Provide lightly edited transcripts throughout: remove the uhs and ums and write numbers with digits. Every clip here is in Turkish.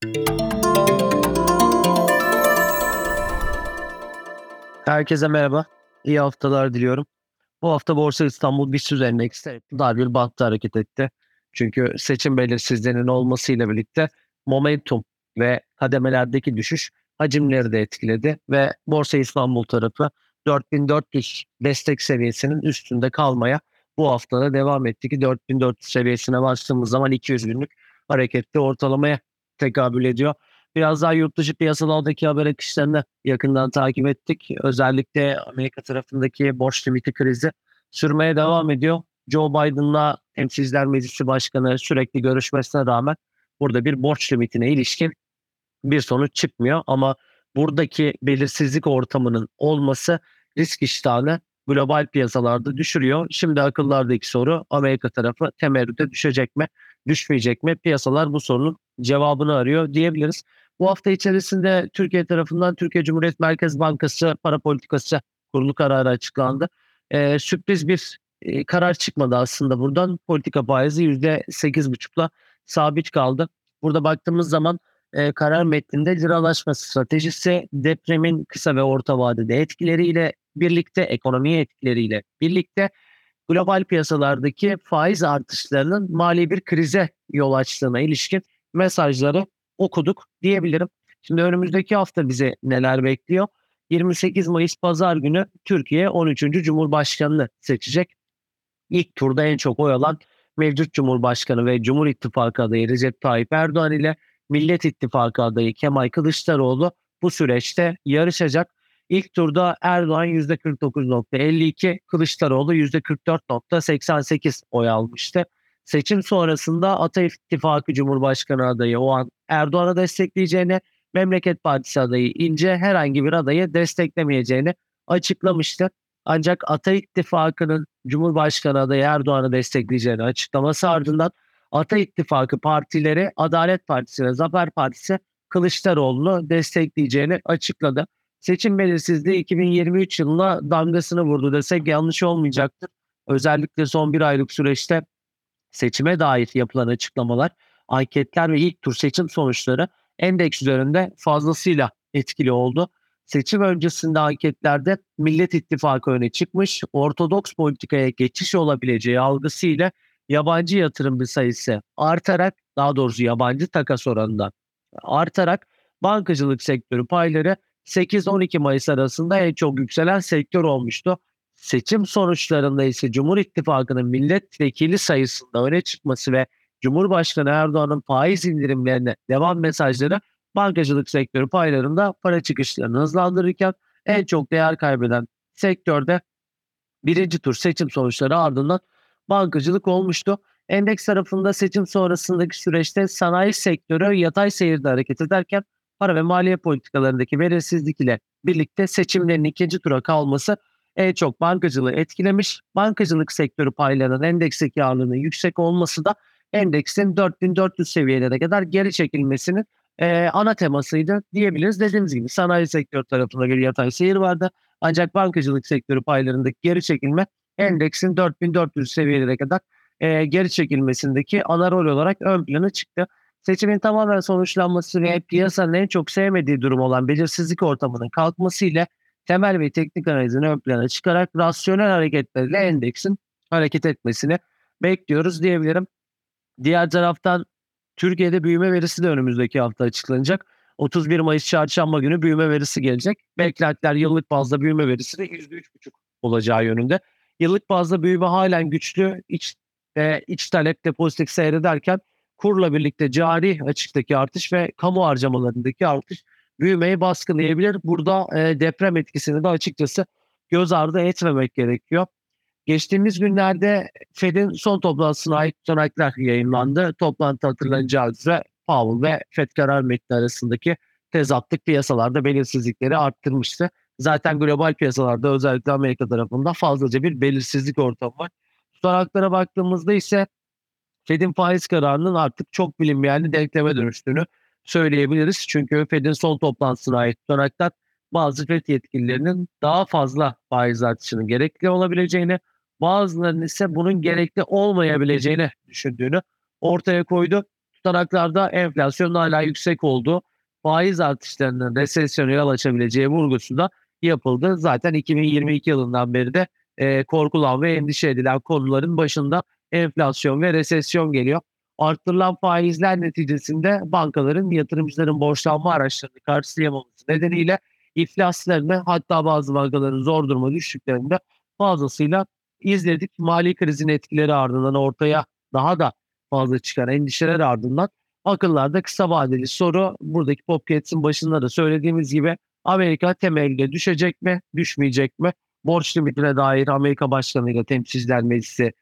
Herkese merhaba. İyi haftalar diliyorum. Bu hafta Borsa İstanbul BIST endeksi dar bir bantta hareket etti. Çünkü seçim belirsizliğinin olmasıyla birlikte momentum ve kademelerdeki düşüş hacimleri de etkiledi ve Borsa İstanbul tarafı 4400 destek seviyesinin üstünde kalmaya bu haftada devam etti ki 4400 seviyesine başladığımız zaman 200 günlük hareketli ortalamaya tekabül ediyor. Biraz daha yurt dışı piyasalardaki haber akışlarını yakından takip ettik. Özellikle Amerika tarafındaki borç limiti krizi sürmeye devam ediyor. Joe Biden'la Temsilciler Meclisi Başkanı sürekli görüşmesine rağmen burada bir borç limitine ilişkin bir sonuç çıkmıyor. Ama buradaki belirsizlik ortamının olması risk iştahını global piyasalarda düşürüyor. Şimdi akıllardaki soru Amerika tarafı temerrüte düşecek mi, düşmeyecek mi? Piyasalar bu sorunun cevabını arıyor diyebiliriz. Bu hafta içerisinde Türkiye tarafından Türkiye Cumhuriyet Merkez Bankası Para Politikası Kurulu kararı açıklandı. Sürpriz bir karar çıkmadı aslında buradan. Politika faizi %8,5'la sabit kaldı. Burada baktığımız zaman karar metninde liralaşma stratejisi depremin kısa ve orta vadede etkileriyle birlikte, ekonomiye etkileriyle birlikte global piyasalardaki faiz artışlarının mali bir krize yol açtığına ilişkin mesajları okuduk diyebilirim. Şimdi önümüzdeki hafta bize neler bekliyor? 28 Mayıs Pazar günü Türkiye 13. Cumhurbaşkanını seçecek. İlk turda en çok oy alan mevcut Cumhurbaşkanı ve Cumhur İttifakı adayı Recep Tayyip Erdoğan ile Millet İttifakı adayı Kemal Kılıçdaroğlu bu süreçte yarışacak. İlk turda Erdoğan %49,52, Kılıçdaroğlu %44,88 oy almıştı. Seçim sonrasında Ata İttifakı Cumhurbaşkanı adayı o an Erdoğan'ı destekleyeceğini, Memleket Partisi adayı İnce herhangi bir adayı desteklemeyeceğini açıklamıştı. Ancak Ata İttifakı'nın Cumhurbaşkanı adayı Erdoğan'ı destekleyeceğini açıklaması ardından Ata İttifakı partileri Adalet Partisi ve Zafer Partisi Kılıçdaroğlu'nu destekleyeceğini açıkladı. Seçim belirsizliği 2023 yılına damgasını vurdu desek yanlış olmayacaktır. Özellikle son bir aylık süreçte seçime dair yapılan açıklamalar, anketler ve ilk tur seçim sonuçları endeks üzerinde fazlasıyla etkili oldu. Seçim öncesinde anketlerde Millet İttifakı öne çıkmış, ortodoks politikaya geçiş olabileceği algısıyla yabancı yatırımcı sayısı artarak, daha doğrusu yabancı takas oranında artarak bankacılık sektörü payları 8-12 Mayıs arasında en çok yükselen sektör olmuştu. Seçim sonuçlarında ise Cumhur İttifakı'nın milletvekili sayısında öne çıkması ve Cumhurbaşkanı Erdoğan'ın faiz indirimlerine devam mesajları bankacılık sektörü paylarında para çıkışlarını hızlandırırken en çok değer kaybeden sektörde birinci tur seçim sonuçları ardından bankacılık olmuştu. Endeks tarafında seçim sonrasındaki süreçte sanayi sektörü yatay seyirde hareket ederken para ve maliye politikalarındaki belirsizlik ile birlikte seçimlerin ikinci tura kalması en çok bankacılığı etkilemiş. Bankacılık sektörü paylarının endeksteki ağırlığının yüksek olması da endeksin 4400 seviyelere kadar geri çekilmesinin ana temasıydı diyebiliriz. Dediğimiz gibi sanayi sektörü tarafında bir yatay seyir vardı. Ancak bankacılık sektörü paylarındaki geri çekilme endeksin 4400 seviyelere kadar geri çekilmesindeki ana rol olarak ön plana çıktı. Seçimin tamamen sonuçlanması ve piyasanın en çok sevmediği durum olan belirsizlik ortamının kalkmasıyla temel ve teknik analizini ön plana çıkarak rasyonel hareketlerle endeksin hareket etmesini bekliyoruz diyebilirim. Diğer taraftan Türkiye'de büyüme verisi de önümüzdeki hafta açıklanacak. 31 Mayıs çarşamba günü büyüme verisi gelecek. Beklentiler yıllık bazda büyüme verisi de %3,5 olacağı yönünde. Yıllık bazda büyüme halen güçlü, iç talep de pozitif seyrederken kurla birlikte cari açıktaki artış ve kamu harcamalarındaki artış büyümeyi baskılayabilir. Burada deprem etkisini de açıkçası göz ardı etmemek gerekiyor. Geçtiğimiz günlerde Fed'in son toplantısına ait tutanaklar yayınlandı. Toplantı hatırlanacağı üzere Powell ve Fed karar metni arasındaki tezatlık piyasalarda belirsizlikleri arttırmıştı. Zaten global piyasalarda özellikle Amerika tarafında fazlaca bir belirsizlik ortamı var. Tutanaklara baktığımızda ise Fed'in faiz kararının artık çok bilinmeyen bir denkleme dönüştüğünü söyleyebiliriz. Çünkü Fed'in son toplantısına ait tutanaklar bazı Fed yetkililerinin daha fazla faiz artışının gerekli olabileceğini, bazılarının ise bunun gerekli olmayabileceğini düşündüğünü ortaya koydu. tutanaklarda enflasyonun hala yüksek olduğu, faiz artışlarının resesyona yol açabileceği vurgusu da yapıldı. Zaten 2022 yılından beri de korkulan ve endişe edilen konuların başında enflasyon ve resesyon geliyor. Arttırılan faizler neticesinde bankaların yatırımcıların borçlanma araçlarını karşılayamaması nedeniyle iflaslarını, hatta bazı bankaların zor duruma düştüklerinde de fazlasıyla izledik. Mali krizin etkileri ardından ortaya daha da fazla çıkan endişeler ardından akıllarda kısa vadeli soru, buradaki podcast'in başında da söylediğimiz gibi, Amerika temelinde düşecek mi, düşmeyecek mi? Borç limitine dair Amerika Başkanı ile Temsilciler Meclisi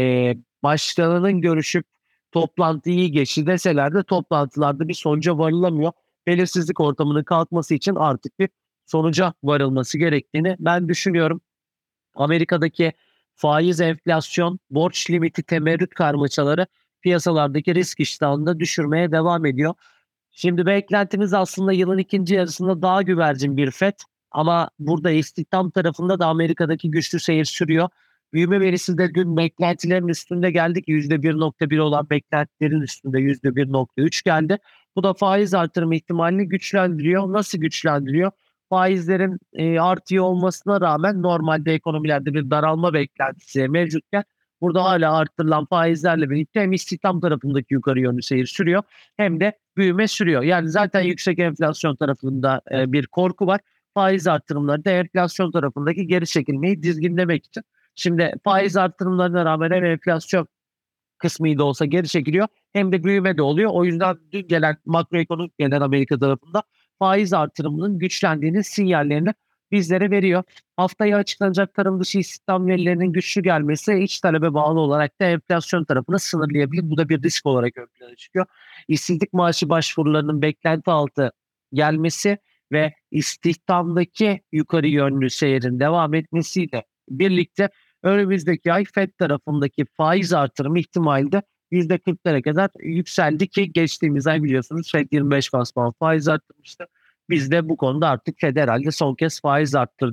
başkanının görüşüp toplantı iyi geçti deseler de toplantılarda bir sonuca varılamıyor. Belirsizlik ortamının kalkması için artık bir sonuca varılması gerektiğini ben düşünüyorum. Amerika'daki faiz, enflasyon, borç limiti, temerrüt karmaşaları piyasalardaki risk iştahını da düşürmeye devam ediyor. Şimdi beklentimiz aslında yılın ikinci yarısında daha güvercin bir FED, ama burada istihdam tarafında da Amerika'daki güçlü seyir sürüyor. Büyüme verisi de dün beklentilerin üstünde geldi ki %1,1 olan beklentilerin üstünde %1,3 geldi. Bu da faiz artırım ihtimalini güçlendiriyor. Nasıl güçlendiriyor? Faizlerin artıyor olmasına rağmen normalde ekonomilerde bir daralma beklentisi mevcutken burada hala arttırılan faizlerle birlikte hem istihdam tarafındaki yukarı yönlü seyir sürüyor, hem de büyüme sürüyor. Yani zaten yüksek enflasyon tarafında bir korku var. Faiz artırımları da enflasyon tarafındaki geri çekilmeyi dizginlemek için. Şimdi faiz artırımlarına rağmen hem enflasyon kısmı da olsa geri çekiliyor, hem de büyüme de oluyor. O yüzden dün gelen makroekonomik gelen Amerika tarafında faiz artırımının güçlendiğinin sinyallerini bizlere veriyor. Haftaya açıklanacak tarım dışı istihdam verilerinin güçlü gelmesi iç talebe bağlı olarak da enflasyon tarafını sınırlayabilir. Bu da bir risk olarak ön plana çıkıyor. İşsizlik maaşı başvurularının beklenti altı gelmesi ve istihdamdaki yukarı yönlü seyrin devam etmesiyle birlikte önümüzdeki ay FED tarafındaki faiz artırımı ihtimali de %40'lara kadar yükseldi ki geçtiğimiz ay biliyorsunuz FED 25 bas puan faiz arttırmıştı. Biz de bu konuda artık FED herhalde son kez faiz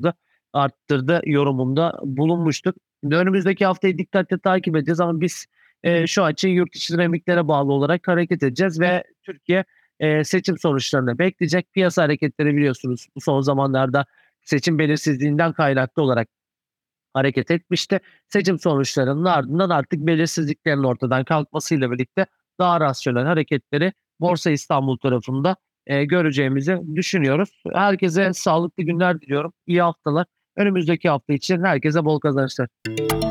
arttırdı yorumunda bulunmuştuk. Şimdi önümüzdeki haftayı dikkatle takip edeceğiz, ama biz şu an için yurt içi dinamiklere bağlı olarak hareket edeceğiz ve Türkiye seçim sonuçlarını bekleyecek. Piyasa hareketleri biliyorsunuz bu son zamanlarda seçim belirsizliğinden kaynaklı olarak hareket etmişti. Seçim sonuçlarının ardından artık belirsizliklerin ortadan kalkmasıyla birlikte daha rasyonel hareketleri Borsa İstanbul tarafında göreceğimizi düşünüyoruz. Herkese sağlıklı günler diliyorum. İyi haftalar. Önümüzdeki hafta için herkese bol kazançlar.